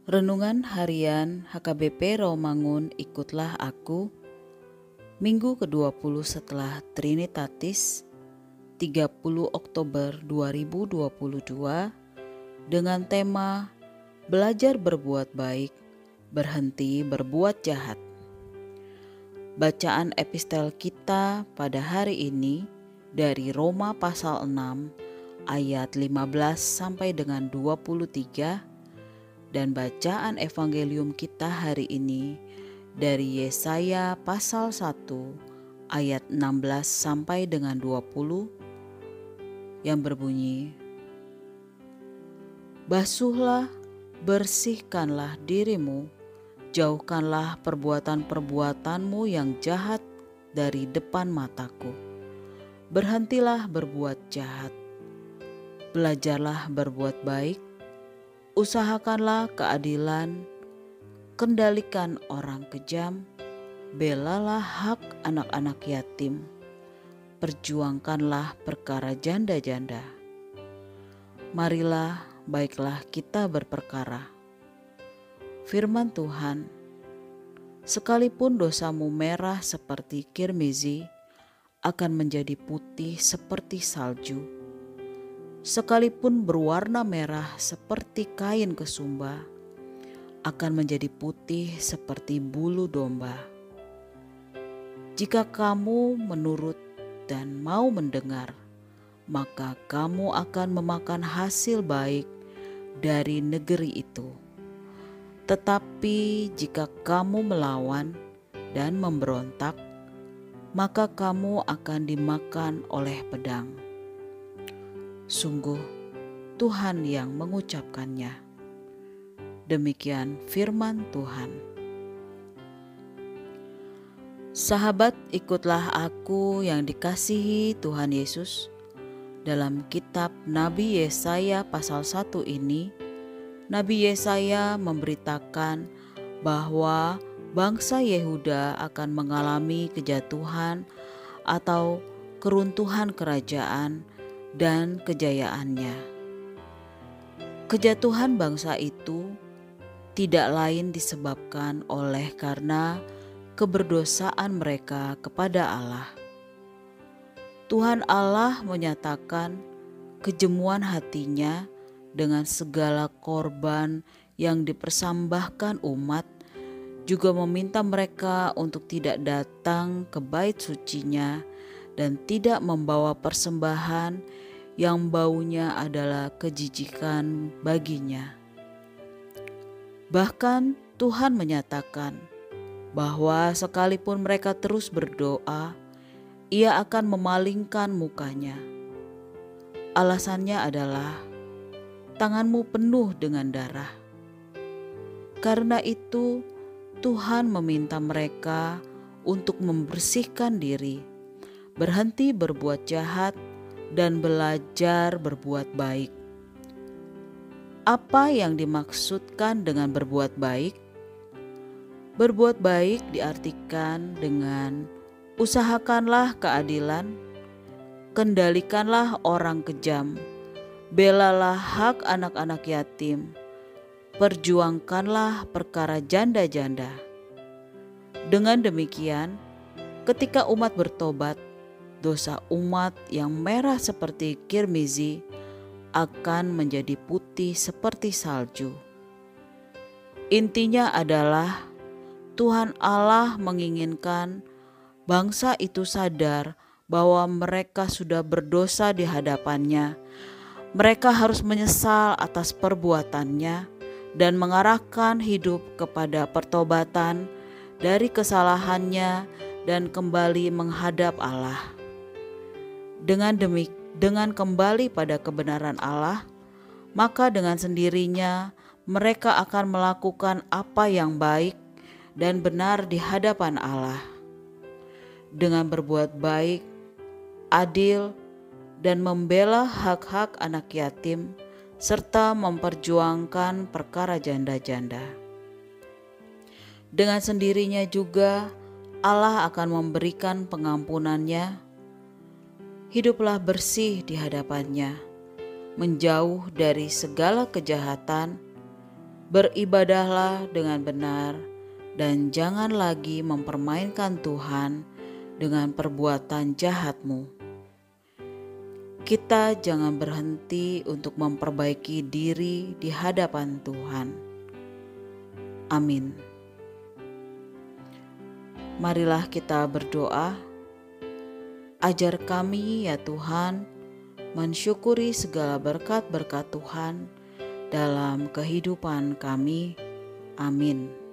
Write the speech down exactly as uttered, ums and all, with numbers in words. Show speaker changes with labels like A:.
A: Renungan Harian H K B P Rawamangun Ikutlah Aku, Minggu kedua puluh setelah Trinitatis, tiga puluh Oktober dua ribu dua puluh dua, dengan tema Belajar Berbuat Baik, Berhenti Berbuat Jahat. Bacaan epistel kita pada hari ini dari Roma pasal enam ayat lima belas sampai dengan dua puluh tiga, dan bacaan evangelium kita hari ini dari Yesaya pasal satu ayat enam belas sampai dengan dua puluh yang berbunyi, "Basuhlah, bersihkanlah dirimu, jauhkanlah perbuatan-perbuatanmu yang jahat dari depan mataku. Berhentilah berbuat jahat, belajarlah berbuat baik, usahakanlah keadilan, kendalikan orang kejam, belalah hak anak-anak yatim, perjuangkanlah perkara janda-janda. Marilah, baiklah kita berperkara." Firman Tuhan, sekalipun dosamu merah seperti kirmizi, akan menjadi putih seperti salju. Sekalipun berwarna merah seperti kain kesumba, akan menjadi putih seperti bulu domba. Jika kamu menurut dan mau mendengar, maka kamu akan memakan hasil baik dari negeri itu. Tetapi jika kamu melawan dan memberontak, maka kamu akan dimakan oleh pedang. Sungguh Tuhan yang mengucapkannya. Demikian firman Tuhan. Sahabat, ikutlah aku yang dikasihi Tuhan Yesus. Dalam kitab Nabi Yesaya pasal satu ini, Nabi Yesaya memberitakan bahwa bangsa Yehuda akan mengalami kejatuhan atau keruntuhan kerajaan dan kejayaannya. Kejatuhan bangsa itu tidak lain disebabkan oleh karena keberdosaan mereka kepada Allah. Tuhan Allah menyatakan kejemuan hatinya dengan segala korban yang dipersembahkan umat, juga meminta mereka untuk tidak datang ke bait sucinya dan tidak membawa persembahan yang baunya adalah kejijikan baginya. Bahkan Tuhan menyatakan bahwa sekalipun mereka terus berdoa, Ia akan memalingkan mukanya. Alasannya adalah, tanganmu penuh dengan darah. Karena itu, Tuhan meminta mereka untuk membersihkan diri, berhenti berbuat jahat, dan belajar berbuat baik. Apa yang dimaksudkan dengan berbuat baik? Berbuat baik diartikan dengan usahakanlah keadilan, kendalikanlah orang kejam, belalah hak anak-anak yatim, perjuangkanlah perkara janda-janda. Dengan demikian, ketika umat bertobat, dosa umat yang merah seperti kirmizi akan menjadi putih seperti salju. Intinya adalah Tuhan Allah menginginkan bangsa itu sadar bahwa mereka sudah berdosa di hadapannya. Mereka harus menyesal atas perbuatannya dan mengarahkan hidup kepada pertobatan dari kesalahannya dan kembali menghadap Allah. Dengan demik, dengan kembali pada kebenaran Allah, maka dengan sendirinya mereka akan melakukan apa yang baik dan benar di hadapan Allah. Dengan berbuat baik, adil, dan membela hak-hak anak yatim, serta memperjuangkan perkara janda-janda. Dengan sendirinya juga Allah akan memberikan pengampunannya. Hiduplah bersih di hadapannya, menjauh dari segala kejahatan, Beribadahlah dengan benar dan jangan lagi mempermainkan Tuhan dengan perbuatan jahatmu. Kita jangan berhenti untuk memperbaiki diri di hadapan Tuhan. Amin. Marilah kita berdoa. Ajar kami ya Tuhan, mensyukuri segala berkat-berkat Tuhan dalam kehidupan kami. Amin.